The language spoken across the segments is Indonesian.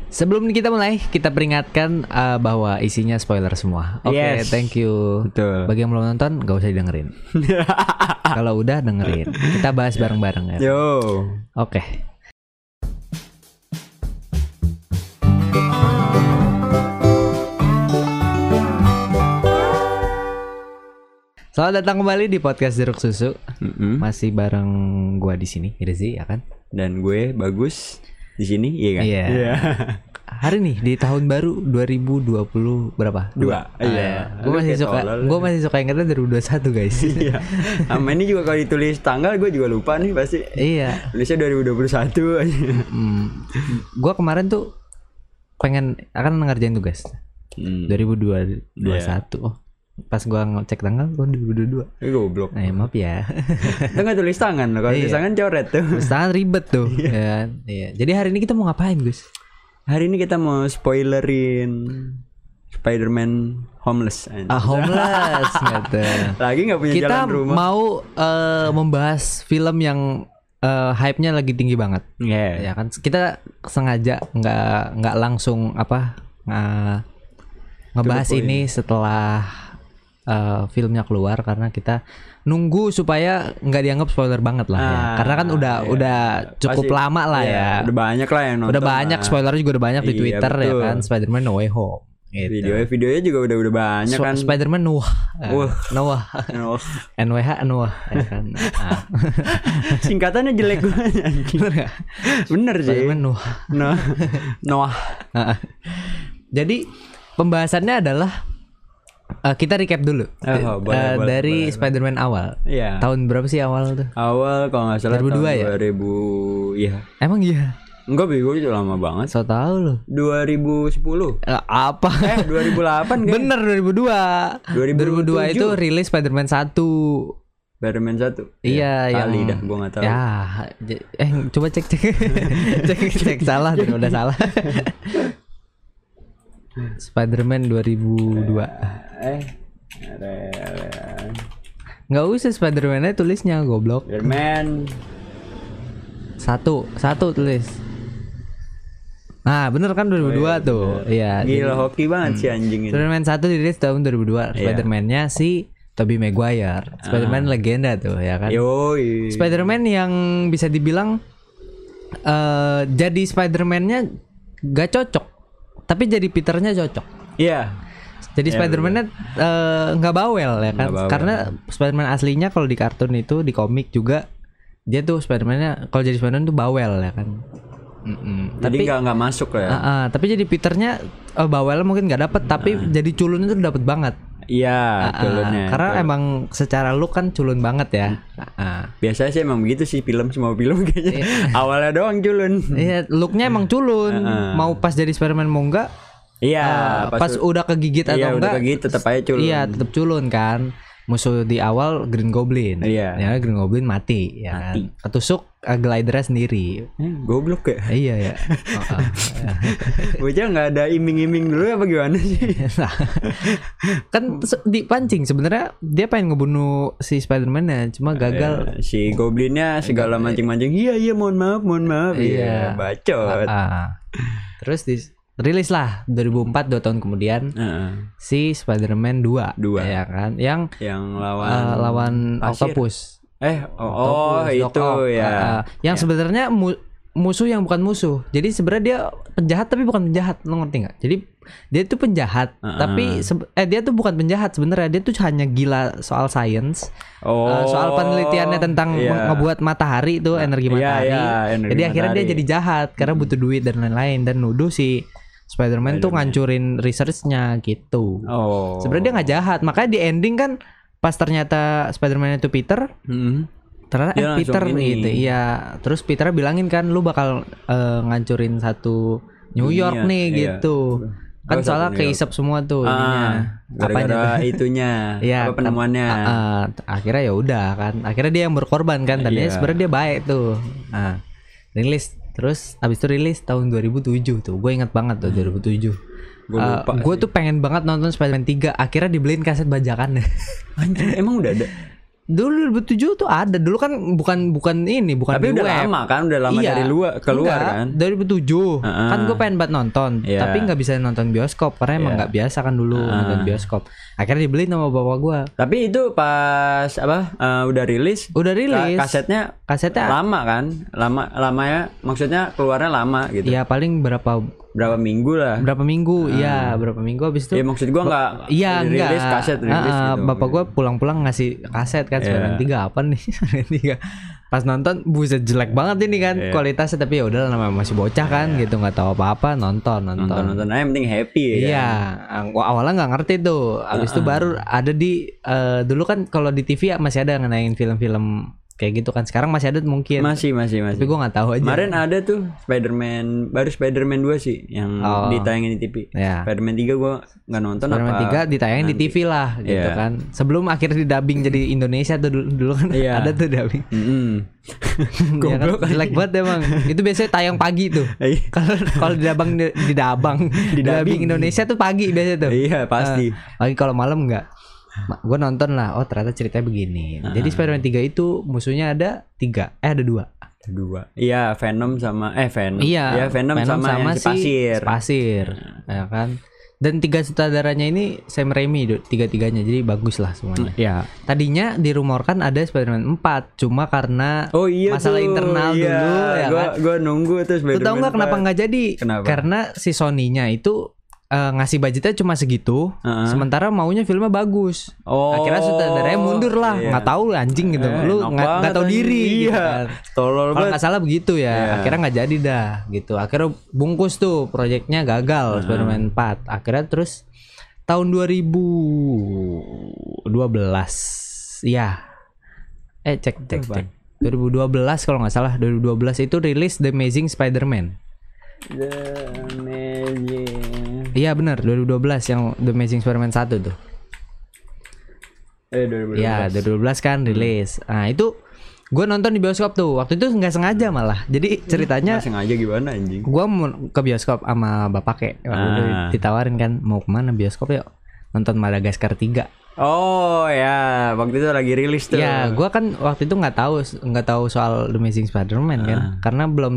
Sebelum kita mulai, kita peringatkan bahwa isinya spoiler semua. Oke, Yes. thank you. Betul. Bagi yang belum nonton, gak usah dengerin. Kalau udah dengerin, kita bahas bareng-bareng ya. Yo. Oke. Selamat datang kembali di podcast Jeruk Susu. Masih bareng gua di sini, Rizzy, ya kan? Dan gue Bagus di sini, iya kan? Iya. Hari nih di tahun baru 2020 berapa? Dua. Iya. Gue masih suka ingatnya 2021, guys. Iya. Sama ini juga kalau ditulis tanggal gue juga lupa nih pasti. Iya. Tulisnya 2021 aja. Gue kemarin tuh akan ngerjain tugas 2021. Oh, pas gue ngecek tanggal, 2022. Goblok. Maaf ya. Itu nggak tulis tangan loh. Kalau tulis tangan coret tuh. Tulis tangan ribet tuh. Iya. Jadi hari ini kita mau ngapain, Gus? Hari ini kita mau spoilerin Spider-Man Homeless. Homeless gitu. Lagi nggak punya Kita jalan rumah. mau membahas film yang hype-nya lagi tinggi banget. Ya kan kita sengaja nggak langsung ngebahas ini setelah filmnya keluar, karena kita nunggu supaya nggak dianggap spoiler banget lah ya. Karena kan udah cukup Pasti, lama lah ya. Udah banyak lah yang nonton. Udah banyak spoiler juga udah banyak di Iya, Twitter ya betul. kan, Spider-Man No Way Home. Gitu. Videonya juga udah banyak kan. Spider-Man Noah. Noah. Oh. NWH Noah ya kan. Singkatannya jelek banget. Bener gak? Bener sih. Spider-Man Noah. Noah. Jadi pembahasannya adalah kita recap dulu boleh, dari boleh. Spider-Man awal. Iya. Tahun berapa sih awal tuh? Awal kalau nggak salah 2002 tahun ya? 2000 iya. Emang iya? Enggak, bego itu lama banget. So tau loh. 2010. Apa? 2008 kan? Bener 2002. 2002 itu rilis Spider-Man 1. Spider-Man 1. Iya, kali yang dah gua enggak tahu. Ya, coba cek. cek salah udah salah. Spider-Man 2002. Nggak usah Spider-Man-nya tulisnya goblok. Spider-Man Satu tulis. Nah, bener kan 2002 tuh. Iya. Gila hoki banget si anjing ini. Spider-Man 1 dirilis tahun 2002. Spider-Man-nya si Tobey Maguire. Spider-Man legenda tuh ya kan. Yoi. Spider-Man yang bisa dibilang jadi Spider-Man-nya gak cocok, tapi jadi Peter-nya cocok. Iya. Jadi Spider-Man-nya nggak bawel ya kan? Bawel. Karena Spider-Man aslinya kalau di kartun itu, di komik juga dia tuh Spider-Man-nya kalau jadi Spider-Man tuh bawel ya kan. Jadi nggak masuk ya. Tapi jadi Peter-nya bawel mungkin nggak dapet, tapi jadi culunnya tuh dapet banget. Iya, culunnya. Karena emang secara look kan culun banget ya. Biasanya sih emang begitu sih semua film kayaknya. Awalnya doang culun. Iya, looknya emang culun. Mau pas jadi Spider-Man mau enggak? Iya, pas udah kegigit atau udah enggak? kegigit tetap aja culun. Iya, tetap culun kan. Musuh di awal Green Goblin. Iya. Ya, Green Goblin mati ya kan. Ketusuk glidernya sendiri. Goblok ya. Iya ya. Bocah nggak ada iming-iming dulu apa gimana sih? Kan dipancing sebenarnya dia pengen ngebunuh si Spider-Man-nya, cuma gagal. Si Goblinnya segala mancing-mancing. Iya, mohon maaf. Iya. Bacot. Terus rilis lah 2004, 2 tahun kemudian si Spider-Man 2 ya kan, yang lawan Octopus. Octopus, itu ya. Yang sebenarnya musuh yang bukan musuh. Jadi sebenarnya dia penjahat tapi bukan penjahat, lo ngerti nggak? Jadi dia tuh penjahat tapi dia tuh bukan penjahat sebenarnya, dia tuh hanya gila soal science. Soal penelitiannya tentang ngebuat matahari itu energi matahari. Jadi akhirnya dia jadi jahat karena butuh duit dan lain-lain, dan nuduh si Spider-Man tuh ngancurin research-nya gitu. Sebenarnya dia nggak jahat, makanya di ending kan pas ternyata Spider-Man itu Peter, ternyata Peter gitu. Iya, terus Peter bilangin kan, lu bakal ngancurin satu New York nih gitu. Kan soalnya keisep semua tuh ininya. Gara-gara itunya, apa penemuannya. Akhirnya ya udah kan. Akhirnya dia yang berkorban kan. Tadinya sebenarnya dia baik tuh. Rilis. Terus abis itu rilis tahun 2007 tuh. Gue inget banget tuh 2007. Gue tuh pengen banget nonton Spider-Man 3. Akhirnya dibeliin kaset bajakannya. Anjir, emang udah ada? Dulu 2007 tuh ada. Dulu kan bukan ini, bukan Tapi di udah web. lama kan, udah lama Iya. dari luar keluar Enggak, kan. 2007. Kan gue pengen banget nonton, Iya. tapi nggak bisa nonton bioskop karena emang nggak biasa kan dulu nonton bioskop. Akhirnya dibeli sama bapak gue. Tapi itu pas apa udah rilis kasetnya lama kan? Lama ya. Maksudnya keluarnya lama gitu. Iya, paling berapa minggu lah. berapa minggu. Iya, berapa minggu habis itu. Ya maksud gua enggak rilis kaset rilis gitu. Bapak gue pulang-pulang ngasih kaset kan Spider-Man 3 apa nih? Spider-Man 3. Pas nonton buset jelek banget ini kan kualitasnya, tapi ya udah namanya masih bocah kan gitu, nggak tahu apa-apa, nonton aja yang penting happy ya. Iya, gua awalnya nggak ngerti tuh. Abis itu baru ada di dulu kan kalau di TV masih ada ngenayangin film-film kayak gitu kan. Sekarang masih ada mungkin. Masih. Tapi gue nggak tahu aja. Kemarin ada tuh baru Spider-Man 2 sih yang ditayangin di TV. Ya. Spider-Man 3 gue nggak nonton. Spider-Man 3 ditayangin di TV lah gitu kan. Sebelum akhirnya di-dubbing jadi Indonesia tuh dulu kan ada tuh dubbing. Ya kan, jelek banget emang. Itu biasanya tayang pagi tuh. Kalau di dubbing Indonesia tuh pagi biasanya tuh. Iya, pasti. Pagi, kalau malam enggak. Gue nonton lah, oh ternyata ceritanya begini. Jadi Spider-Man 3 itu musuhnya ada 3, ada 2. Iya, Venom sama Venom. Iya, Venom sama yang si Pasir. Ya kan. Dan 3 sutradaranya ini Sam Raimi, 3-3-nya. Jadi bagus lah semuanya. Iya. Tadinya dirumorkan ada Spider-Man 4, cuma karena masalah tuh, internal dulu ya kan. Gue nunggu tuh Spider-Man. Lu tau nggak kenapa nggak jadi? Kenapa? Karena si Sony-nya itu ngasih budgetnya cuma segitu, sementara maunya filmnya bagus. Akhirnya sutradaranya mundur lah, nggak tahu anjing gitu. Lu nggak tahu diri. Gitu kan. Tolol banget. Kalau nggak salah begitu ya. Akhirnya nggak jadi dah, gitu. Akhirnya bungkus tuh, proyeknya gagal Spider-Man 4. Akhirnya terus tahun 2012, ya. Cek. 2012 kalau nggak salah, 2012 itu rilis The Amazing Spider-Man. The Amazing. Iya benar, 2012 yang The Amazing Spider-Man 1 tuh. 2012. Iya, 2012 kan rilis. Nah, itu gue nonton di bioskop tuh. Waktu itu nggak sengaja malah. Jadi ceritanya nggak sengaja gimana anjing? Gue mau ke bioskop sama bapak kayak ditawarin kan, mau kemana bioskop yuk nonton Madagaskar 3. Oh ya, waktu itu lagi rilis tuh. Ya, gue kan waktu itu nggak tahu soal The Amazing Spider-Man kan, karena belum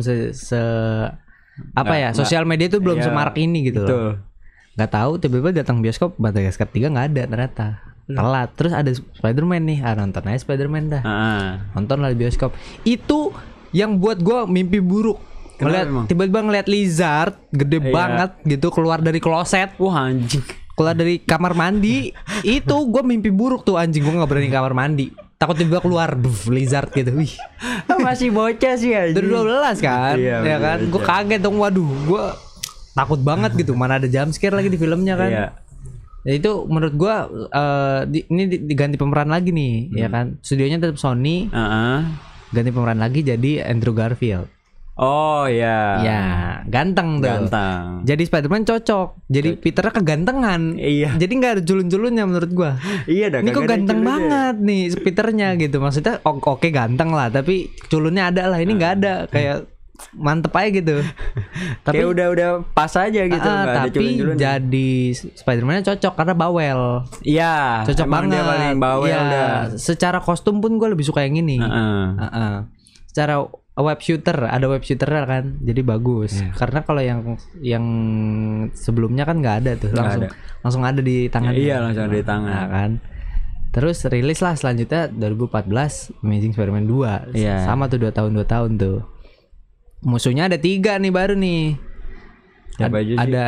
sosial media itu belum semarak ini gitu loh. Nggak tahu, tiba-tiba datang bioskop Madagaskar 3 nggak ada ternyata. Telat. Terus ada Spider-Man nih, nonton aja Spider-Man dah. Nonton lah di bioskop. Itu yang buat gue mimpi buruk. Tiba-tiba ngeliat lizard gede banget gitu keluar dari kloset. Wah anjing. Keluar dari kamar mandi. Itu gue mimpi buruk tuh anjing. Gue nggak berani kamar mandi. Takut tiba-tiba keluar lizard gitu. Wih. Masih bocah sih anjing. 2012 kan. Iya kan. Gue kaget dong. Waduh, gue takut banget gitu. Mana ada jump scare lagi di filmnya kan. Iya. Ya itu menurut gue ini diganti pemeran lagi nih, ya kan. Studionya tetap Sony. Ganti pemeran lagi jadi Andrew Garfield. Oh ya. Ya, ganteng tuh. Ganteng. Jadi Spider-Man cocok. Jadi Peternya kegantengan. Iya. Jadi nggak ada culun-culunnya menurut gua. Iya dah. Ini kok ganteng banget nih Peternya gitu. Maksudnya oke ganteng lah, tapi culunnya ada lah. Ini nggak ada, kayak mantep aja gitu. Tapi udah pas aja gitu. Nggak ada culun-culun. Jadi Spider-Man-nya cocok karena bawel. Iya. Cocok banget. Dia paling bawel udah. Secara kostum pun gua lebih suka yang ini. Secara web shooter, ada web shooter kan, jadi bagus. Karena kalau yang sebelumnya kan nggak ada tuh, langsung ada di tangan. Iya, langsung ada di tangan. Nah, kan. Terus rilis lah selanjutnya 2014 Amazing Spider-Man 2. Sama tuh 2 tahun tuh. Musuhnya ada 3 nih baru nih. Siapa aja sih? Ada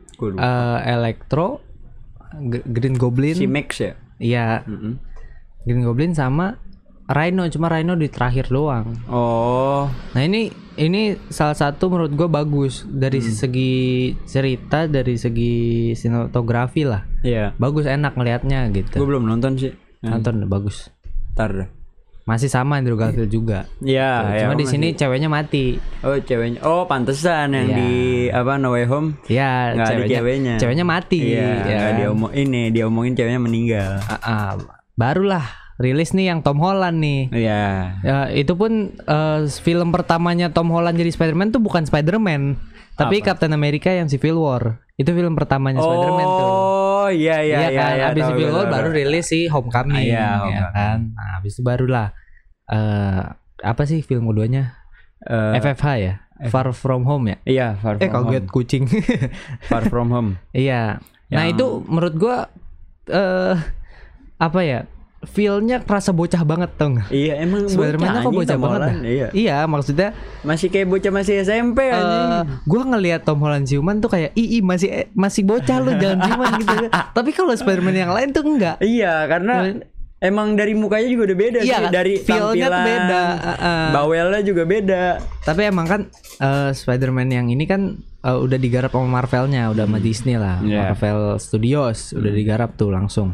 Electro, Green Goblin. Si Max ya? Iya. Green Goblin sama Rhino, cuma Rhino di terakhir doang. Oh. Nah ini salah satu menurut gue bagus dari segi cerita, dari segi sinematografi lah. Iya. Bagus, enak ngelihatnya gitu. Gue belum nonton sih. Nonton bagus. Ntar. Masih sama Andrew Garfield juga. Iya. Cuma di sini ceweknya mati. Oh ceweknya. Oh pantesan yang di No Way Home. Iya. Ceweknya mati. Iya. Dia omongin ceweknya meninggal. Barulah rilis nih yang Tom Holland nih. Iya. Ya, itu pun film pertamanya Tom Holland jadi Spider-Man tuh bukan Spider-Man, Tapi Captain America yang Civil War itu film pertamanya Spider-Man tuh. Oh iya kan? iya. Abis Civil War baru rilis si Homecoming. Ya kan. Nah habis itu barulah apa sih film keduanya? FFH ya. Far From Home ya. Iya Far From Home. Kaget kucing. Far From Home. Iya. Nah itu menurut gua apa ya? Feel-nya kerasa bocah banget tau gak? Iya emang Spider-Man kok bocah banget dah. Iya maksudnya masih kayak bocah masih SMP aja. Gue ngelihat Tom Holland ciuman tuh kayak masih bocah lu jangan ciuman gitu. Tapi kalau Spider-Man yang lain tuh enggak. Iya karena emang dari mukanya juga udah beda sih. Dari feel-nya tuh beda. Bawelnya juga beda. Tapi emang kan Spider-Man yang ini kan udah digarap sama Marvel-nya, udah sama Disney lah. Marvel Studios udah digarap tuh langsung.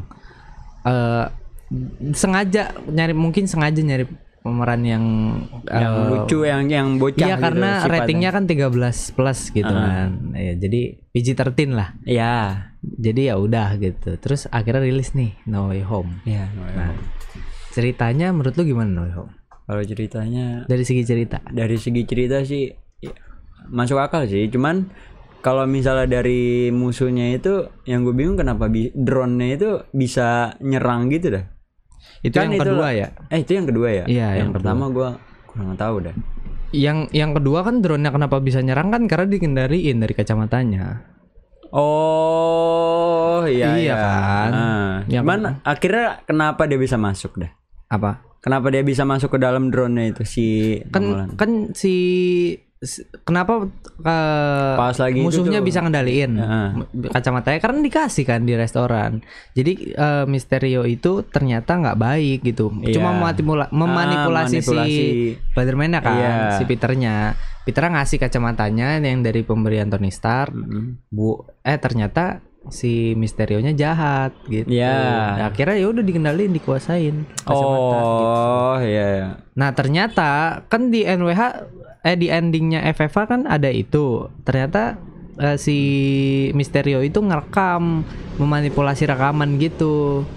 Sengaja nyari pemeran yang lucu yang bocah iya gitu, karena ratingnya kan 13 plus gitu kan ya, jadi PG-13 lah ya, jadi ya udah gitu. Terus akhirnya rilis nih No Way Home ya. Ceritanya menurut lu gimana No Way Home? Kalau ceritanya dari segi cerita sih ya, masuk akal sih, cuman kalau misalnya dari musuhnya itu yang gue bingung kenapa drone-nya itu bisa nyerang gitu dah. Itu kan yang kedua ya? Itu yang kedua ya? Iya, yang pertama gue kurang tahu dah. Yang kedua kan drone-nya kenapa bisa nyerang kan karena dikendaliin dari kacamatanya. Oh iya kan. Cuman akhirnya kenapa dia bisa masuk dah? Apa? Kenapa dia bisa masuk ke dalam drone-nya itu kan si kenapa pas lagi musuhnya bisa ngendaliin kacamatanya karena dikasih kan di restoran. Jadi Mysterio itu ternyata nggak baik gitu. Cuma memanipulasi si Spider-Man kan, si Peternya ngasih kacamatanya yang dari pemberian Tony Stark. Ternyata si Mysterio-nya jahat gitu. Nah, akhirnya ya udah dikendaliin, dikuasain kacamata gitu. Nah, ternyata kan di di endingnya FFA kan ada itu. Ternyata si Mysterio itu ngerekam, memanipulasi rekaman gitu.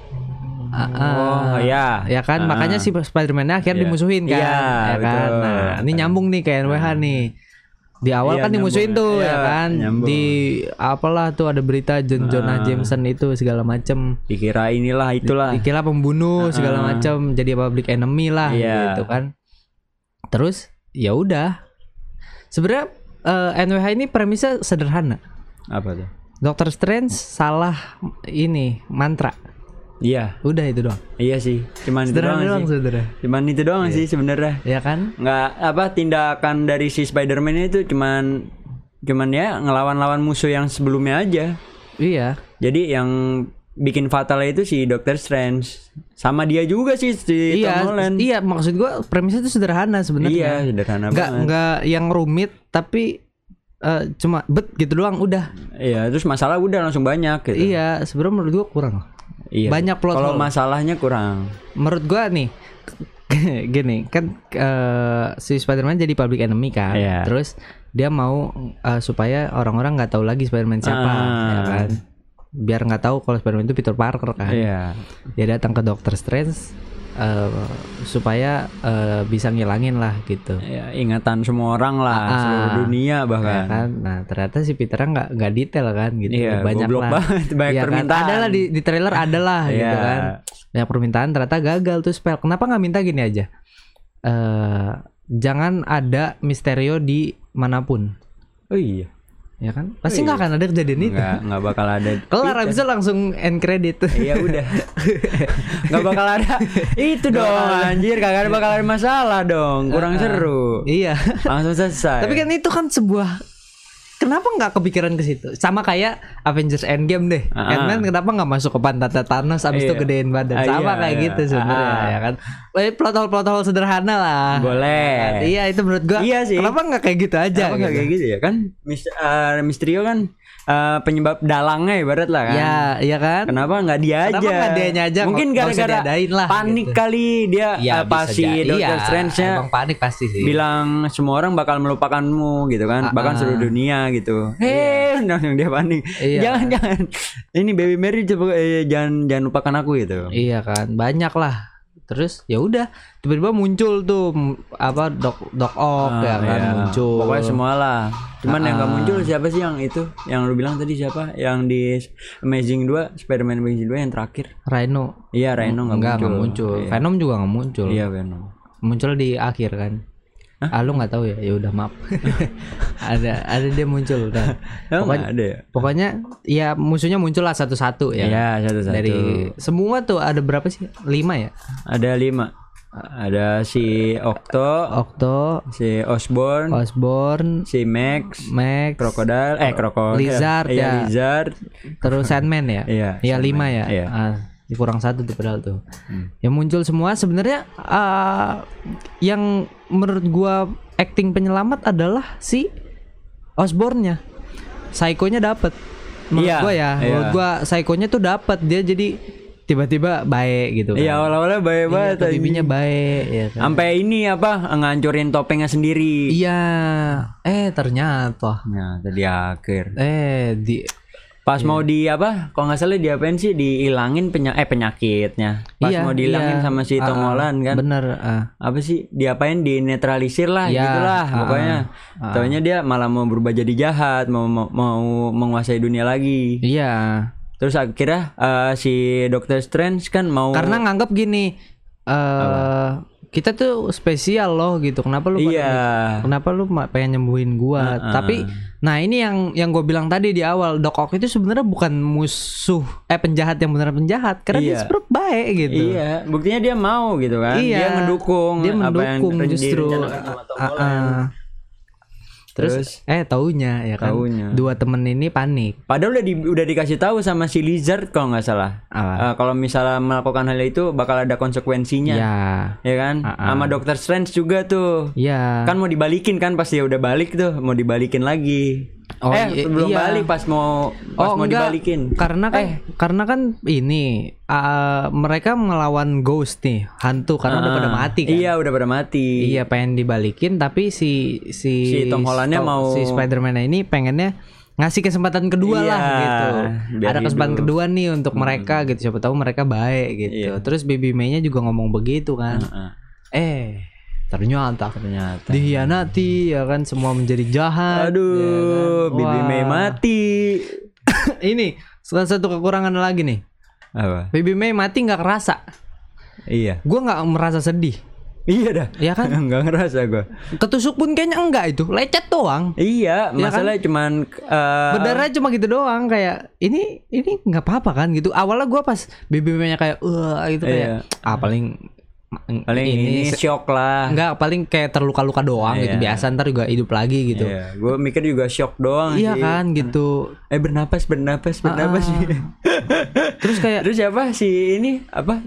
Ya kan, makanya si Spider-Man akhirnya dimusuhin kan, ya kan. Nah, ini nyambung nih ke NWH nih. Di awal kan dimusuhin tuh ya kan. Nyambung. Di apalah tuh ada berita Jonah Jameson itu segala macem. Dikira dikira pembunuh segala macem, jadi public enemy lah gitu kan. Terus ya udah. Sebenarnya NWH ini premisnya sederhana. Apa tuh? Doctor Strange salah ini mantra. Iya. Udah itu doang. Iya sih. Cuman itu doang sih. Cuman itu doang sih sebenarnya. Iya kan? Nggak tindakan dari si Spider-Man itu cuman ya ngelawan musuh yang sebelumnya aja. Iya. Jadi yang bikin fatal itu si Doctor Strange. Sama dia juga sih si Tom Holland. Iya, maksud gua premisnya itu sederhana sebenarnya. Iya, sederhana banget. Nggak yang rumit tapi cuma gitu doang udah. Iya, terus masalah udah langsung banyak gitu. Iya, sebenarnya menurut gua kurang. Iya. Banyak plot kalau masalahnya kurang. Menurut gua nih gini kan si Spider-Man jadi public enemy kan. Terus dia mau supaya orang-orang nggak tahu lagi Spider-Man siapa, ya kan? Biar nggak tahu kalau Spider-Man itu Peter Parker kan. Dia datang ke Doctor Strange supaya bisa ngilangin lah gitu. Ingatan semua orang lah, seluruh dunia bahkan. Ya kan? Nah ternyata si Peter nggak detail kan gitu. Banyak lah. Banyak permintaan. Kan? Adalah di trailer adalah gitu kan. Banyak permintaan ternyata gagal tuh spell. Kenapa nggak minta gini aja? Jangan ada Mysterio di manapun. Oh iya. Ya kan? Pasti nggak akan ada kejadian itu. Nggak bakal ada. Kelar abis itu langsung end credit. Iya udah. Nggak bakal ada. Itu dong anjir, kagak bakal ada masalah dong. Kurang seru. Iya. Langsung selesai. Tapi kan itu kan sebuah. Kenapa nggak kepikiran ke situ? Sama kayak Avengers Endgame deh. Ant-Man kenapa nggak masuk ke pantatnya Thanos abis itu gedein badan? Sama kayak gitu sebenarnya ya kan. Plot hole sederhana lah. Boleh. Kan? Iya itu menurut gua. Iya sih. Kenapa nggak kayak gitu aja? Kenapa nggak kayak gitu ya kan? Mysterio kan penyebab dalangnya ibarat lah kan. Iya kan. Kenapa nggak dia aja? Kenapa nggak dianya aja? Mungkin gara-gara panik gitu. Kali dia pasti Doctor Strange-nya. Emang panik pasti sih. Bilang semua orang bakal melupakanmu gitu kan. Bahkan seluruh dunia gitu. Yang dia panik. Jangan. Ini Baby Mary coba jangan lupakan aku gitu. Iya kan. Banyak lah Terus ya udah tiba-tiba muncul tuh apa Doc Ock ya kan muncul. Pokoknya semua lah. Cuman yang nggak muncul siapa sih yang itu? Yang lu bilang tadi siapa? Yang di Amazing 2, Spider-Man Amazing 2 yang terakhir. Rhino. Iya, Rhino nggak muncul. Iya. Venom juga nggak muncul. Iya, Venom. Muncul di akhir kan. Lu nggak tahu ya? Ya udah maaf. ada dia muncul udah. Pokoknya ada ya. Pokoknya ya musuhnya muncul lah satu-satu ya. Iya, satu-satu. Dari semua tuh ada berapa sih? 5 ya? Ada 5. Ada si Octo, si Osborn, si Max, Crocodile, Lizard ya. Lizard. Terus Sandman ya? Iya 5 ya. Iya. Kurang 1 tuh padahal tuh. Yang muncul semua sebenarnya yang menurut gua acting penyelamat adalah si Osborn-nya. Psycho-nya dapet. Menurut gua ya. Menurut gua Psycho-nya tuh dapet. Dia jadi tiba-tiba baik gitu kan. Iya, awal-awalnya baik banget. Bibinya baik ya kan. Sampai ini ngancurin topengnya sendiri. Iya. Ternyata. Nah, tadi akhir. Pas mau kalau nggak salah diapain sih, dihilangin penyakitnya. Pas mau dihilangin sama si Tom Holland kan. Bener. Apa sih diapain, dinetralisir lah gitulah pokoknya. Taunya dia malah mau berubah jadi jahat, mau menguasai dunia lagi. Iya. Terus akhirnya si Doctor Strange kan mau, karena nganggap gini, kita tuh spesial loh gitu. Kenapa lu pengen nyembuhin gua? Tapi nah ini yang gue bilang tadi di awal, Doc Ock itu sebenarnya bukan musuh penjahat yang benar penjahat, karena dia sebenarnya baik gitu. Iya, buktinya dia mau gitu kan. Dia mendukung apa yang justru. Terus taunya ya kan, dua temen ini panik. Padahal udah dikasih tahu sama si Lizard kalau nggak salah. Kalau misalnya melakukan hal itu bakal ada konsekuensinya. Ya kan? Sama Doctor Strange juga tuh. Iya. Kan mau dibalikin kan, pas dia udah balik tuh mau dibalikin lagi. Belum balik pas mau dibalikin. Karena kan ini mereka melawan ghost nih, hantu, karena udah pada mati kan. Iya, udah pada mati. Iya, pengen dibalikin tapi si Tom Hollandnya si Spider-Man ini pengennya ngasih kesempatan kedua lah gitu. Ada kesempatan kedua nih untuk mereka gitu. Siapa tahu mereka baik gitu. Terus Baby May-nya juga ngomong begitu kan. Ternyata dihianati ya kan, semua menjadi jahat. Aduh, ya kan? Baby May mati. Ini salah satu kekurangan lagi nih. Apa? Baby May mati nggak kerasa. Iya. Gua nggak merasa sedih. Iya dah. Iya kan? Nggak ngerasa gua. Ketusuk pun kayaknya enggak, itu lecet doang. Iya, masalahnya kan? Cuman berdarah cuma gitu doang, kayak ini nggak apa-apa kan gitu. Awalnya gua pas Baby May-nya kayak gitu kayak paling ini shock lah. Enggak, paling kayak terluka-luka doang gitu. Biasa ntar juga hidup lagi gitu. Iya, gue mikir juga shock doang sih. Iya kan gitu. Bernapas. Terus siapa sih ini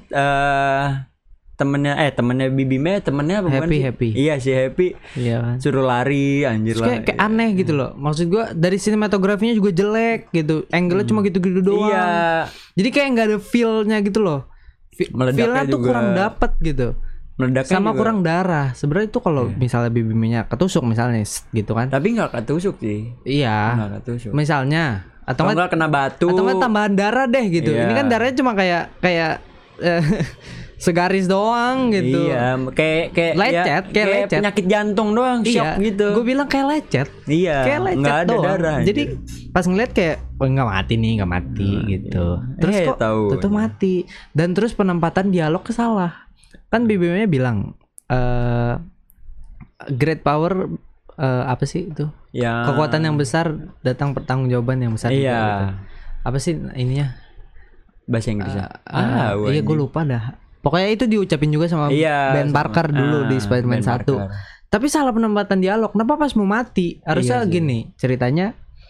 temennya Baby May, temennya apa? Happy. Iya, si Happy. Iya kan. Suruh lari anjir lah. Kayak aneh gitu loh. Maksud gue dari sinematografinya juga jelek gitu. Angle-nya cuma gitu-gitu doang. Iya. Jadi kayak enggak ada feel-nya gitu loh. Feelnya tuh kurang dapet gitu. Meledaknya sama juga kurang darah. Sebenarnya itu kalau misalnya Baby May-nya ketusuk misalnya gitu kan. Tapi nggak ketusuk sih. Iya. Nggak ketusuk. Misalnya atau nggak kena batu. Atau nggak tambahan darah deh gitu. Ini kan darahnya cuma kayak segaris doang gitu. Iya, kayak lecet, kayak penyakit jantung doang, shock gitu. Gue bilang kayak lecet. Iya. Kayak lecet nggak ada doang. darah. Jadi pas ngeliat kayak nggak mati gitu. Terus kok tuh mati. Dan terus penempatan dialog salah. Kan Baby May bilang great power apa sih itu? Ya. Kekuatan yang besar datang pertanggungjawaban yang besar. Iya. Gitu. Apa sih ininya? Bahasa Inggrisnya. Iya gue lupa dah. Pokoknya itu diucapin juga sama Ben Parker dulu di Spider-Man 1. Tapi salah penempatan dialog. Kenapa pas mau mati? Harusnya gini ceritanya.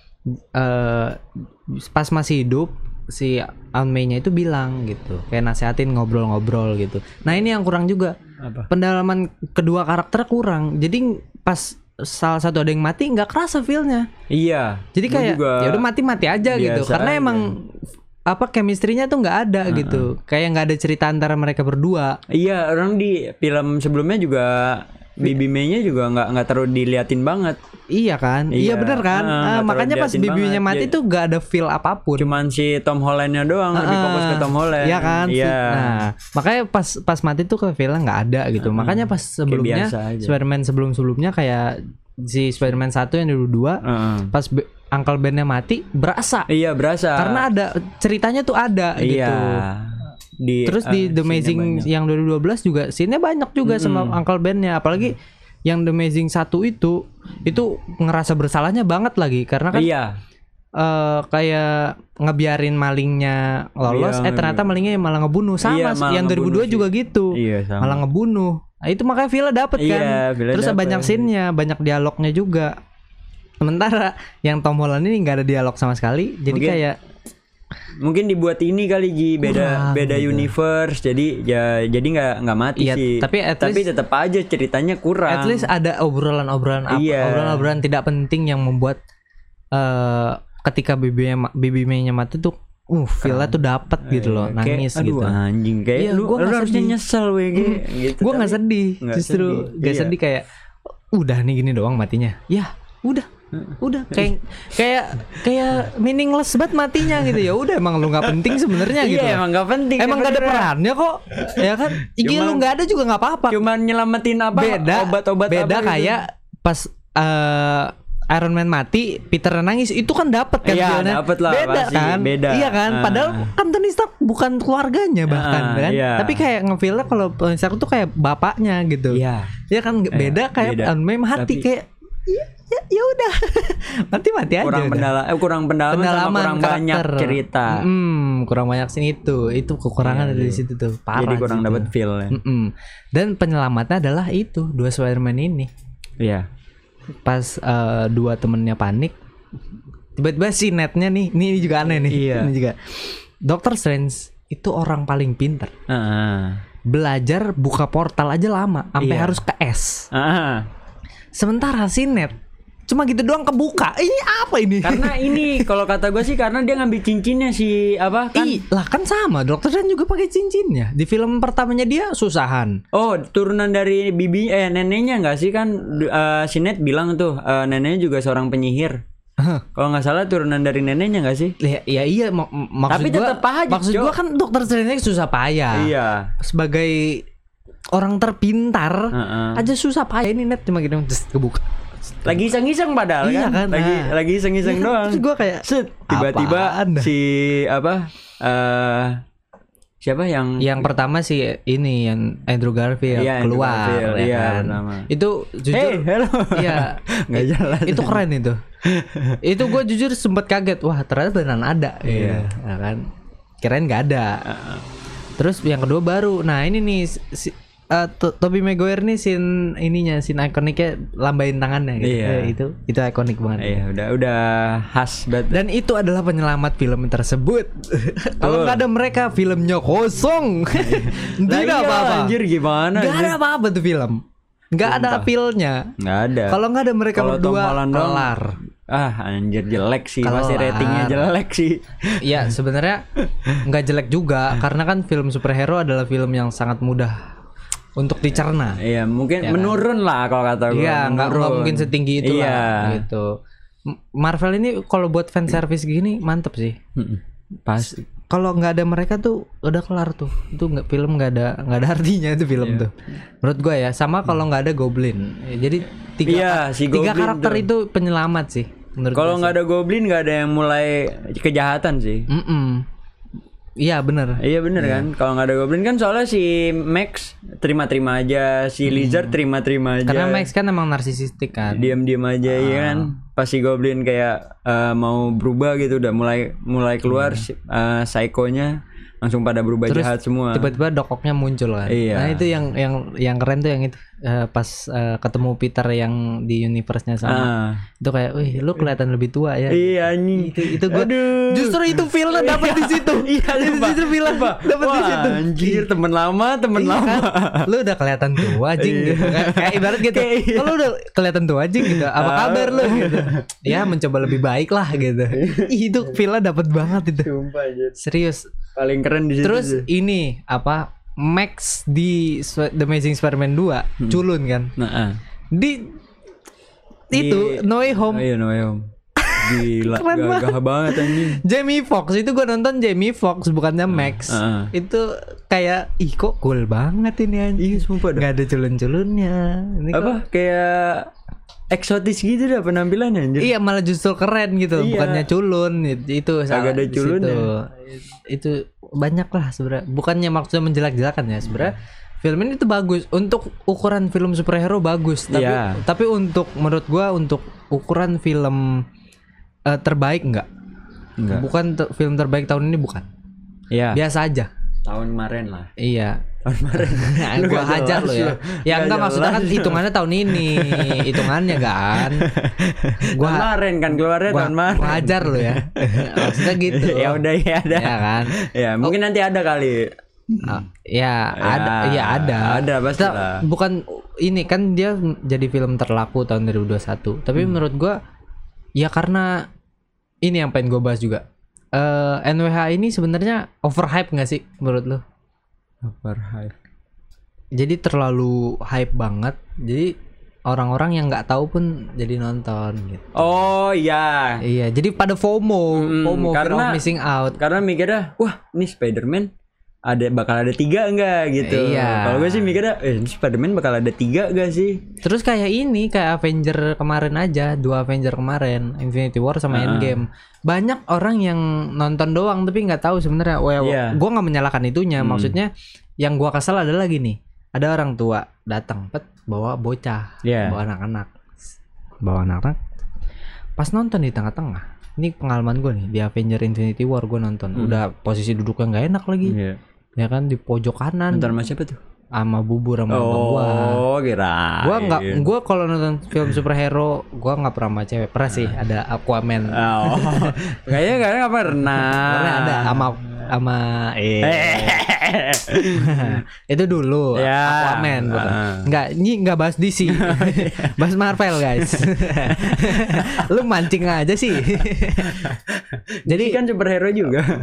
Pas masih hidup si Aunt May-nya itu bilang gitu, kayak nasehatin, ngobrol-ngobrol gitu. Nah ini yang kurang juga. Apa? Pendalaman kedua karakter kurang. Jadi pas salah satu ada yang mati nggak kerasa feel-nya. Iya. Jadi kayak ya udah mati aja gitu. Karena emang chemistry-nya tuh nggak ada gitu. Kayak nggak ada cerita antara mereka berdua. Iya, orang di film sebelumnya juga Bibi May-nya juga nggak terlalu diliatin banget. Iya kan? Iya bener kan? Makanya pas Bibi-nya mati tuh gak ada feel apapun. Cuman si Tom Holland-nya doang, lebih fokus ke Tom Holland. Iya kan? Iya. Nah, makanya pas mati tuh ke feelnya nggak ada gitu. Makanya pas sebelumnya Spider-Man sebelumnya kayak si Spider-Man 1 yang dulu 2 pas Uncle Ben-nya mati berasa. Iya, berasa. Karena ada ceritanya tuh ada gitu. Terus di The Amazing yang 2012 juga scene-nya banyak juga sama Uncle Ben-nya, apalagi yang The Amazing 1 itu ngerasa bersalahnya banget lagi karena kan kayak ngebiarin malingnya lolos, ternyata malingnya malah ngebunuh sama yang 2002 juga gitu, malah ngebunuh. Nah, itu makanya feel dapet kan. Terus banyak scene-nya, banyak dialognya juga. Sementara yang Tom Holland ini nggak ada dialog sama sekali, jadi kayak mungkin dibuat ini kali Ji, beda gitu. Universe, jadi nggak mati sih. Tapi tetap aja ceritanya kurang. At least ada obrolan tidak penting yang membuat ketika Bibi May-nya mati tuh feel-nya tuh dapet gitu loh, nangis kayak, gitu. Anjing kayak lu harusnya nyesel gitu. Gue nggak sedih, justru nggak sedih kayak udah nih gini doang matinya. Ya udah kayak meaningless banget matinya gitu. Ya udah emang lu nggak penting sebenarnya gitu. Iya, emang nggak penting. Emang nggak ada perannya kok, ya kan? IG lu nggak ada juga nggak apa-apa. Cuman nyelamatin obat-obat beda kayak pas Iron Man mati, Peter nangis, itu kan dapat kan? Iya, dapat lah. Beda pasti, kan? Beda. Iya kan? Padahal kan Tony Stark bukan keluarganya bahkan kan? Iya. Tapi kayak ngefeel-nya kalau Tony Stark tuh kayak bapaknya gitu. Iya. Iya kan? Beda kayak Iron Man mati kayak ya udah mati aja. Kurang pendalaman sama kurang karakter. Banyak cerita. Kurang banyak sini itu kekurangan dari situ tuh. Parah. Jadi kurang dapat feel ya. Dan penyelamatnya adalah itu dua Spider-Man ini. Iya. Pas dua temennya panik, tiba-tiba si netnya nih, ini juga aneh nih. Iya. Ini juga Doctor Strange itu orang paling pintar. Belajar buka portal aja lama, sampai harus ke S. Sementara si net cuma gitu doang kebuka. Ini apa ini? Karena ini kalau kata gue sih karena dia ngambil cincinnya si apa kan? Lah kan sama, Dokter Strange juga pakai cincinnya. Di film pertamanya dia susahan. Oh, turunan dari neneknya enggak sih kan si Ned bilang tuh neneknya juga seorang penyihir. Kalau nggak salah turunan dari neneknya nggak sih? Iya maksud tapi tetap aja. Maksud gue kan Dokter Strange susah payah. Iya. Sebagai orang terpintar aja susah payah, ini net cuma gitu kebuka. Lagi iseng-iseng padahal kan? Lagi iseng-iseng doang. Terus gue kayak tiba-tiba si siapa yang pertama si ini yang Andrew Garfield keluar kan. Itu jujur nggak jelas. Itu keren itu. Itu gue jujur sempet kaget, wah ternyata beneran ada. Iya kan. Kirain nggak ada. Terus yang kedua baru. Nah ini nih Tobey Maguire nih scene ikoniknya lambain tangannya gitu. Itu ikonik banget. Iya, udah khas banget. Dan itu adalah penyelamat film tersebut. Kalau nggak ada mereka filmnya kosong. Tidak apa-apa. Anjir gimana? Nggak ada apa-apa tuh film. Nggak ada appeal-nya. Nggak ada. Kalau nggak ada mereka berdua kelar. Anjir jelek sih. Pasti ratingnya jelek sih. Iya sebenarnya nggak jelek juga karena kan film superhero adalah film yang sangat mudah untuk dicerna. Iya, mungkin menurun lah kalau kata gue. Iya, nggak mungkin setinggi itu lah gitu. Marvel ini kalau buat fan service gini mantep sih. Pasti. Kalau nggak ada mereka tuh udah kelar tuh. Itu film nggak ada artinya itu film tuh. Menurut gue ya, sama kalau nggak ada Goblin. Jadi tiga karakter tuh. Itu penyelamat sih. Kalau nggak ada Goblin nggak ada yang mulai kejahatan sih. Iya benar. Iya benar kan. Kalau nggak ada Goblin kan soalnya si Max terima-terima aja, si Lizard terima-terima aja. Karena Max kan emang narsisistik kan. Diam-diam aja ya kan. Pas si Goblin kayak mau berubah gitu udah mulai keluar psycho-nya langsung pada berubah jahat semua. Tiba-tiba dokoknya muncul kan. Iya. Nah itu yang keren tuh yang itu pas ketemu Peter yang di universe-nya sama. Itu kayak, wih lu kelihatan lebih tua ya. Iya anjing. Itu gua justru itu feel-nya dapat di situ. Iya, justru feel dapat di situ. Anjir, temen lama. Kan? Lu udah kelihatan tua anjing gitu. Kayak ibarat gitu. Lu udah kelihatan tua anjing gitu. Apa kabar lu gitu. Ya mencoba lebih baik lah gitu. Itu feel-nya dapat banget itu. Sumpah aja. Serius. Paling keren di situ. Terus ini Max di The Amazing Spider-Man 2 culun kan. Di itu No Way Home. Oh iya No Way Home. Gila, gagah banget anjing. Jamie Foxx itu gue nonton Jamie Foxx bukannya Max. Itu kayak ih kok cool banget ini anjing. Iya sumpah dah. Gak ada culun-culunnya. Ini apa kok kayak eksotis gitu dah penampilannya anjir. Iya malah justru keren gitu, bukannya culun. Itu agak ada culunnya. Itu banyak lah sebenarnya. Bukannya maksudnya menjelek-jelekan ya sebenarnya. Film ini tuh bagus untuk ukuran film superhero bagus, tapi untuk menurut gua untuk ukuran film terbaik enggak. Bukan film terbaik tahun ini bukan. Iya. Biasa aja. Tahun kemarin lah. Iya. Tahun kemarin. Gua hajar lo ya. Ya enggak maksudnya kan hitungannya tahun ini. Hitungannya kan. Gua kemarin kan keluarnya tahun kemarin. Gua hajar lo ya. Maksudnya gitu. Ya udah ya ada. Ya kan. Ya mungkin nanti ada kali. Ada pasti lah. Bukan ini kan dia jadi film terlaku tahun 2021. Tapi menurut gua ya karena ini yang pengen gue bahas juga. NWH ini sebenarnya overhype nggak sih menurut lo? Overhype. Jadi terlalu hype banget. Jadi orang-orang yang nggak tahu pun jadi nonton gitu. Oh iya. Iya. Jadi pada FOMO karena missing out. Karena mikirnya, wah ini Spider-Man bakal ada 3 enggak gitu. Iya. Kalau gue sih mikirnya ini Spider-Man bakal ada 3 enggak sih? Terus kayak Avenger kemarin aja, 2 Avenger kemarin, Infinity War sama Endgame. Banyak orang yang nonton doang tapi nggak tahu sebenarnya. Gue nggak menyalahkan itunya. Maksudnya yang gue kesel adalah gini. Ada orang tua datang, bawa bocah, bawa anak-anak. Pas nonton di tengah-tengah. Ini pengalaman gue nih di Avenger Infinity War gue nonton. Udah posisi duduknya nggak enak lagi. Ya kan di pojok kanan. Nonton sama siapa tuh? Sama bubur sama gua. Oh, kira. Gua kalau nonton film superhero, gua enggak pernah sama cewek. Pernah sih ada Aquaman. Oh. Kayaknya enggak pernah. Pernah ada sama itu dulu Aquaman bukan. Ini enggak bahas DC. Bahas Marvel, guys. Lu mancing aja sih. Jadi kan superhero juga.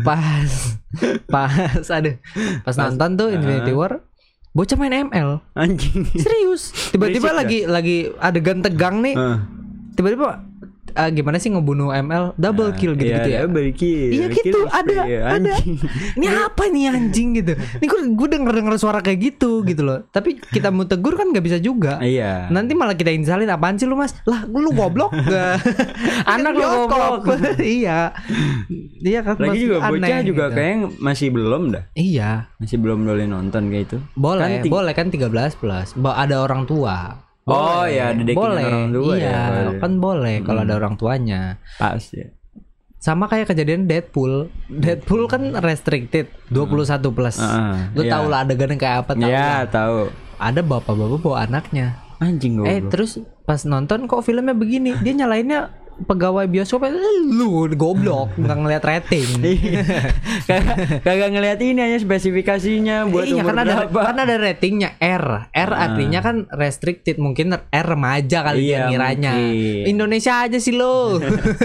Pas nonton tuh Infinity War, bocah main ML. Anjing. Serius. Tiba-tiba lagi adegan tegang nih. Tiba-tiba gimana sih ngebunuh ML double kill gitu-gitu ya. Double kill. Iya gitu, ada. Ini apa nih anjing gitu. Ini gue denger suara kayak gitu loh. Tapi kita mau tegur kan nggak bisa juga. Iya. Nanti malah kita insalin, apaan sih lu mas? Lah lu goblok gak? Anak lu goblok. Iya. Iya kan. Lagi juga bocah juga gitu. kayaknya masih belum dah. Iya. Masih belum boleh nonton kayak itu. Boleh kan 13+. Ada orang tua. Boleh. Oh ya, ada orang tua ya. Kan boleh kalau ada orang tuanya. Pas ya. Sama kayak kejadian Deadpool. Deadpool kan restricted 21+. Lu tau lah adegannya kayak apa tahu. Iya, tahu. Ada bapak-bapak bawa anaknya. Anjing goblok. Terus pas nonton kok filmnya begini, dia nyalainnya pegawai bioskop, lu goblok nggak ngeliat rating. Kagak ngeliat ini aja spesifikasinya buat umur berapa. Kan ada ratingnya R artinya kan restricted, mungkin R remaja kali dia ngiranya. Indonesia aja sih lo.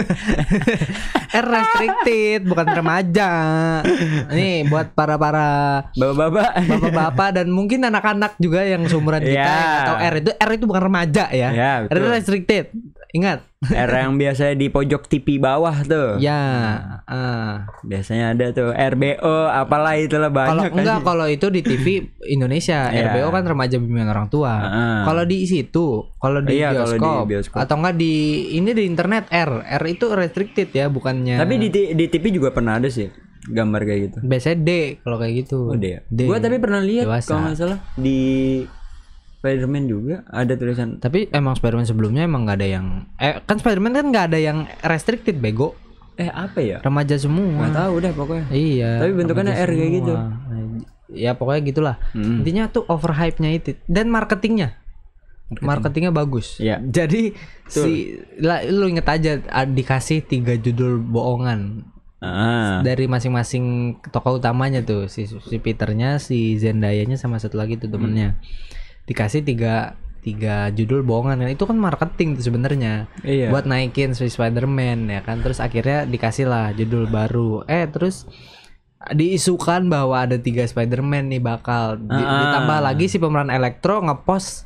R restricted bukan remaja. Nih buat para bapak-bapak dan mungkin anak-anak juga yang seumuran kita atau R itu bukan remaja ya. R restricted. Ingat R yang biasanya di pojok TV bawah tuh. Ya, biasanya ada tuh RBO apalah itulah banyak. Kalau itu di TV Indonesia RBO kan remaja bimbingan orang tua. Kalau di situ, kalau di bioskop atau enggak di internet R itu restricted ya, bukannya. Tapi di TV juga pernah ada sih gambar kayak gitu. Biasanya D kalau kayak gitu. Oh D. Gua tapi pernah lihat kalau nggak salah di Spider-Man juga ada tulisan. Tapi emang Spider-Man sebelumnya emang nggak ada yang kan Spider-Man kan nggak ada yang restricted bego. Apa ya? Remaja semua. Nggak tahu deh pokoknya. Iya. Tapi bentukannya R kayak gitu. Ya pokoknya gitulah. Intinya tuh overhype-nya itu dan marketingnya bagus. Ya. Jadi lu inget aja dikasih 3 judul bohongan. Dari masing-masing tokoh utamanya tuh si Peternya, si Zendayanya sama satu lagi tuh temennya. Dikasih tiga judul bohongan kan, itu kan marketing tuh sebenarnya buat naikin si Spider-Man ya kan. Terus akhirnya dikasih lah judul baru terus diisukan bahwa ada 3 Spider-Man nih bakal ditambah lagi si pemeran Electro ngepost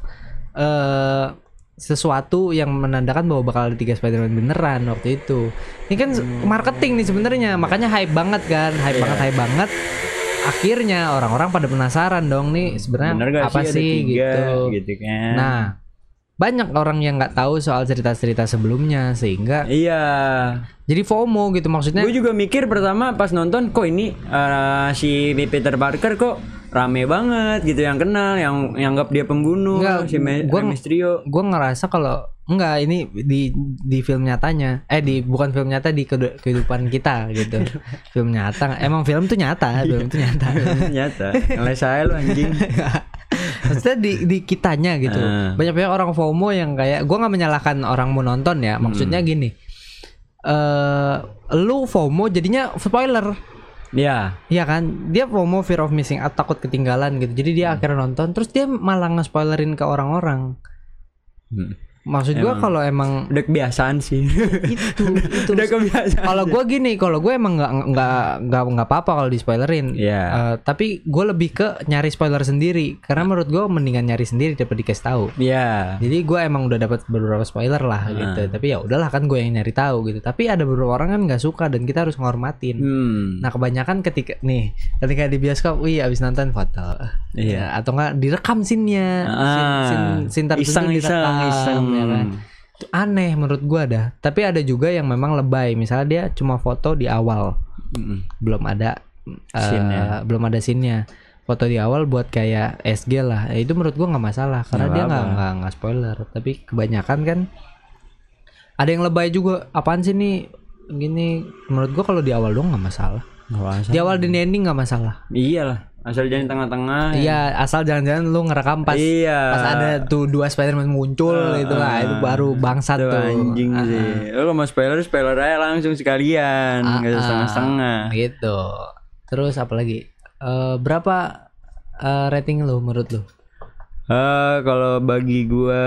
sesuatu yang menandakan bahwa bakal ada 3 Spider-Man beneran waktu itu. Ini kan marketing nih sebenarnya, makanya hype banget kan, hype banget. Akhirnya orang-orang pada penasaran dong nih sebenarnya apa sih gitu kan. Nah, banyak orang yang nggak tahu soal cerita-cerita sebelumnya sehingga jadi FOMO gitu maksudnya. Gue juga mikir pertama pas nonton kok ini si Peter Parker kok rame banget gitu yang kenal, yang anggap dia pembunuh. Enggak, si Mysterio. Gue ngerasa kalau enggak ini di film nyatanya, bukan film nyata, di kehidupan kita gitu. Film nyata, emang film tuh nyata, nyata. Ngeles saya lu anjing. Maksudnya di kitanya gitu. Banyak orang FOMO yang kayak, gue nggak menyalahkan orang mau nonton ya. Maksudnya gini, lu FOMO jadinya spoiler. Iya kan, dia FOMO, fear of missing out, takut ketinggalan gitu. Jadi dia akhirnya nonton, terus dia malah nge-spoilerin ke orang-orang. Maksud gue kalau emang udah kebiasaan sih. itu udah kebiasaan. Kalau gue gini, kalau gue emang nggak apa-apa kalau di spoilerin. Tapi gue lebih ke nyari spoiler sendiri karena menurut gue mendingan nyari sendiri daripada dikasih tahu. Jadi gue emang udah dapat beberapa spoiler lah gitu. Tapi ya udahlah kan gue yang nyari tahu gitu. Tapi ada beberapa orang kan nggak suka dan kita harus nghormatin. Nah kebanyakan ketika di bioskop, wih abis nonton foto. Atau nggak direkam scene-nya, scene tertentu direkam. Ya kan? Itu aneh menurut gua dah. Tapi ada juga yang memang lebay. Misalnya dia cuma foto di awal, belum ada scene-nya. Foto di awal buat kayak SG lah. Itu menurut gua nggak masalah karena dia nggak spoiler. Tapi kebanyakan kan ada yang lebay juga. Apaan sih nih gini? Menurut gua kalau di awal doang nggak masalah. Di awal dan ending nggak masalah. Iyalah. Asal jangan tengah-tengah. Iya, asal jangan-jangan lu ngerekam pas ada tuh 2 Spider-Man muncul itu lah, itu baru bangsat tuh. Anjing sih. Lu mau spoiler aja langsung sekalian, enggak usah setengah-setengah. Gitu. Terus apa lagi? Berapa rating lu menurut lu? Kalau bagi gua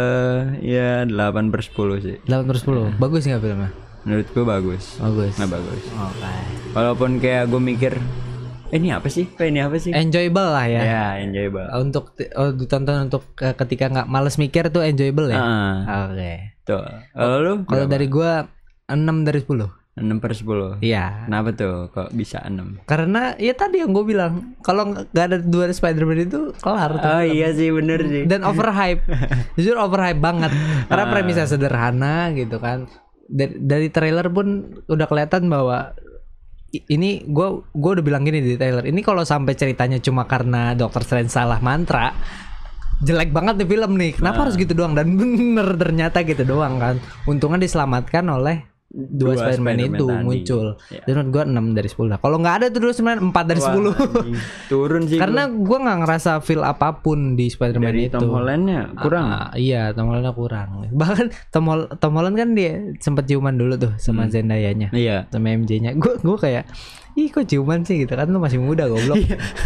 ya 8/10 sih. 8/10. Bagus enggak filmnya? Menurut gua bagus. Nah, bagus. Walaupun kayak gua mikir ini apa sih? Enjoyable lah ya. Ya, enjoyable. Untuk ditonton untuk ketika nggak males mikir tuh enjoyable ya. Oke. Tuh. Kalau lu? Kalau dari gua 6/10. 6/10. Iya. Kenapa tuh kok bisa 6? Karena ya tadi yang gue bilang, kalau nggak ada 2 Spider-Man itu kelar tuh. Oh iya sih, bener sih. Dan overhype. Jujur overhype banget. Karena premisnya sederhana gitu kan. Dari trailer pun udah kelihatan bahwa ini gue udah bilang gini di trailer, ini kalau sampai ceritanya cuma karena Dr. Strange salah mantra, jelek banget nih film nih. Kenapa harus gitu doang? Dan bener ternyata gitu doang kan. Untungnya diselamatkan oleh 2 Spider-Man itu tadi muncul. Dan menurut gue 6/10 lah. Kalau nggak ada tuh dulu sebenarnya 4/10. Turun sih. Karena gue nggak ngerasa feel apapun di Spider-Man dari itu. Tom Holland-nya kurang. Iya, Tom Holland-nya kurang. Bahkan Tom Holland kan dia sempat ciuman dulu tuh sama Zendaya-nya. Iya. Sama MJ-nya. Gue kayak, ih kok ciuman sih gitu kan, lu masih muda goblok.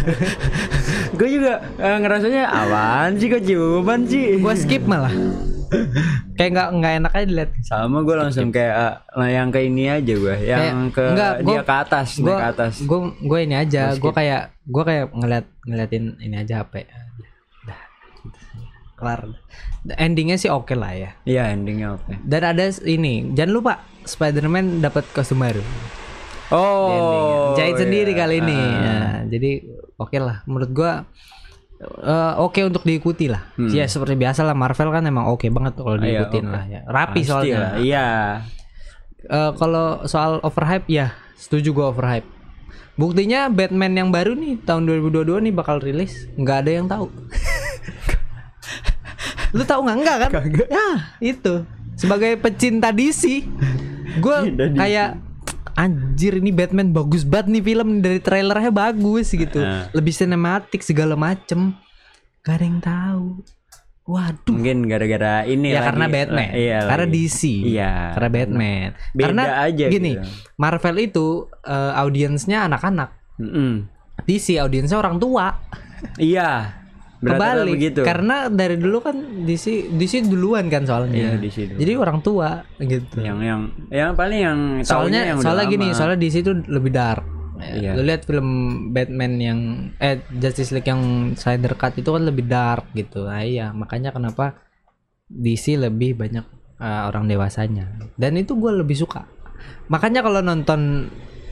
Gue juga ngerasanya apaan sih kok ciuman sih. Gue skip malah. Kayak nggak enak aja dilihat. Sama gue langsung kayak yang ke ini aja gue, yang kayak, dia ke atas, naik ke atas. Gue ini aja, gue kayak ngeliatin ini aja HP. Dah, kelar. Endingnya sih oke lah ya. Iya, endingnya oke. Dan ada ini, jangan lupa Spider-Man dapat kostum baru. Jahit sendiri kali ini. Nah, jadi oke lah menurut gue. Oke untuk diikuti lah. Ya seperti biasa lah, Marvel kan emang oke banget kalau diikutin lah ya. Rapi pasti soalnya. Lah, iya. Kalau soal overhype ya setuju gue overhype. Buktinya Batman yang baru nih tahun 2022 nih bakal rilis, nggak ada yang tahu. Lu tahu nggak? Enggak kan? Kagak. Ya itu sebagai pecinta DC, gue kayak anjir ini Batman bagus banget nih film, dari trailernya bagus gitu, lebih sinematik segala macem, gak ada yang tahu. Waduh. Mungkin gara-gara ini ya lagi, karena Batman, karena lagi. DC, karena Batman. Beda karena aja gini, gitu. Marvel itu audiensnya anak-anak, DC audiensnya orang tua. Iya. Kebalik begitu. Karena dari dulu kan DC duluan kan soalnya. Iya, DC dulu. Jadi orang tua gitu. Yang paling yang soalnya yang gini, soalnya DC itu lebih dark. Iya. Lu lihat film Batman yang Justice League yang Snyder Cut itu kan lebih dark gitu. Nah, iya, makanya kenapa DC lebih banyak orang dewasanya. Dan itu gue lebih suka. Makanya kalau nonton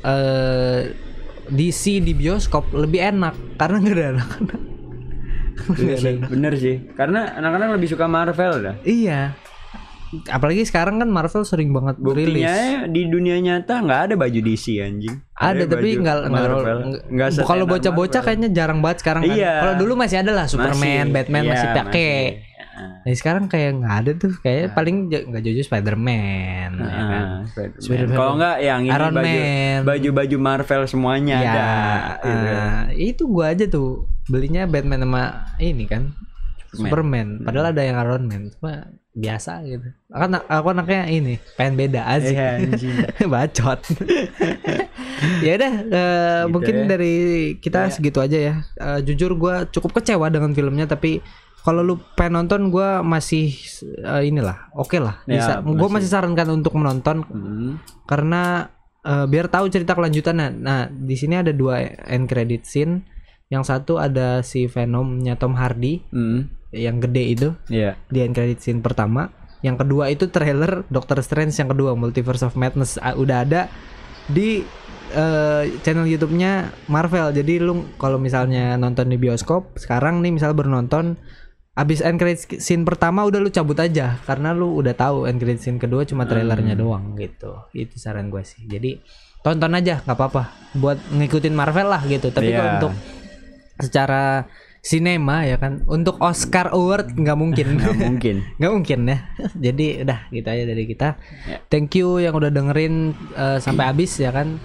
DC di bioskop lebih enak karena nggak ada anak-anak. Iya sih, bener sih. Karena anak-anak lebih suka Marvel dah. Iya. Apalagi sekarang kan Marvel sering banget rilis. Buktinya di dunia nyata nggak ada baju DC anjing. Ada tapi nggak kalau bocah-bocah kayaknya jarang banget sekarang kan. Iya. Kalau dulu masih ada lah Superman, Batman masih pakai. Nah, sekarang kayak nggak ada tuh, kayak paling nggak jauh Spider-Man, ya kan? Spider-Man. Kalau nggak yang ini Iron Man, baju Marvel semuanya ya, ada. Gitu. Itu gua aja tuh belinya Batman sama ini kan Superman. Padahal ada yang Iron Man, cuma biasa gitu. Aku anaknya ini pengen beda aja. Bacot. Ya udah, gitu mungkin ya. Dari kita segitu aja ya. Jujur gua cukup kecewa dengan filmnya, tapi kalau lu pengen nonton, gue masih inilah, oke lah, bisa. Gue masih sarankan untuk menonton karena biar tahu cerita kelanjutannya. Nah, di sini ada 2 end credit scene. Yang satu ada si Venomnya Tom Hardy, yang gede itu, di end credit scene pertama. Yang kedua itu trailer Doctor Strange yang kedua, Multiverse of Madness, udah ada di channel YouTube-nya Marvel. Jadi lu kalau misalnya nonton di bioskop sekarang nih, misal baru nonton, abis end credit scene pertama udah lu cabut aja karena lu udah tahu end credit scene kedua cuma trailernya doang gitu. Itu saran gue sih. Jadi tonton aja, nggak apa-apa buat ngikutin Marvel lah gitu. Tapi kalau untuk secara sinema ya kan, untuk Oscar Award nggak mungkin. Nggak mungkin ya. Jadi udah gitu aja dari kita. Thank you yang udah dengerin sampai habis ya kan.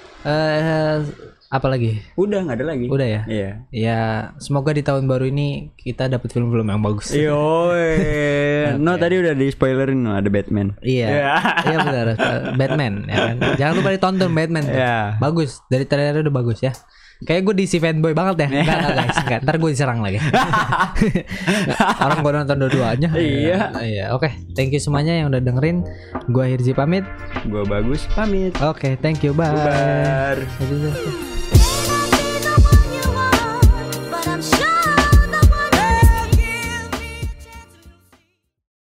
Apa lagi? Udah nggak ada lagi. Udah ya. Iya. Ya semoga di tahun baru ini kita dapat film-film yang bagus. Okay. Tadi udah di spoilerin ada Batman. Iya. Iya benar. Batman ya kan. Jangan lupa ditonton Batman. Bagus. Dari trailer udah bagus ya. Kayak gue DC fanboy banget ya. Enggak guys. Enggak. Ntar gue diserang lagi. Orang gue nonton dua-duanya. Iya. Oke. Thank you semuanya yang udah dengerin. Gue Hirzi pamit. Gue Bagus pamit. Oke. Thank you. Bye. Bubar.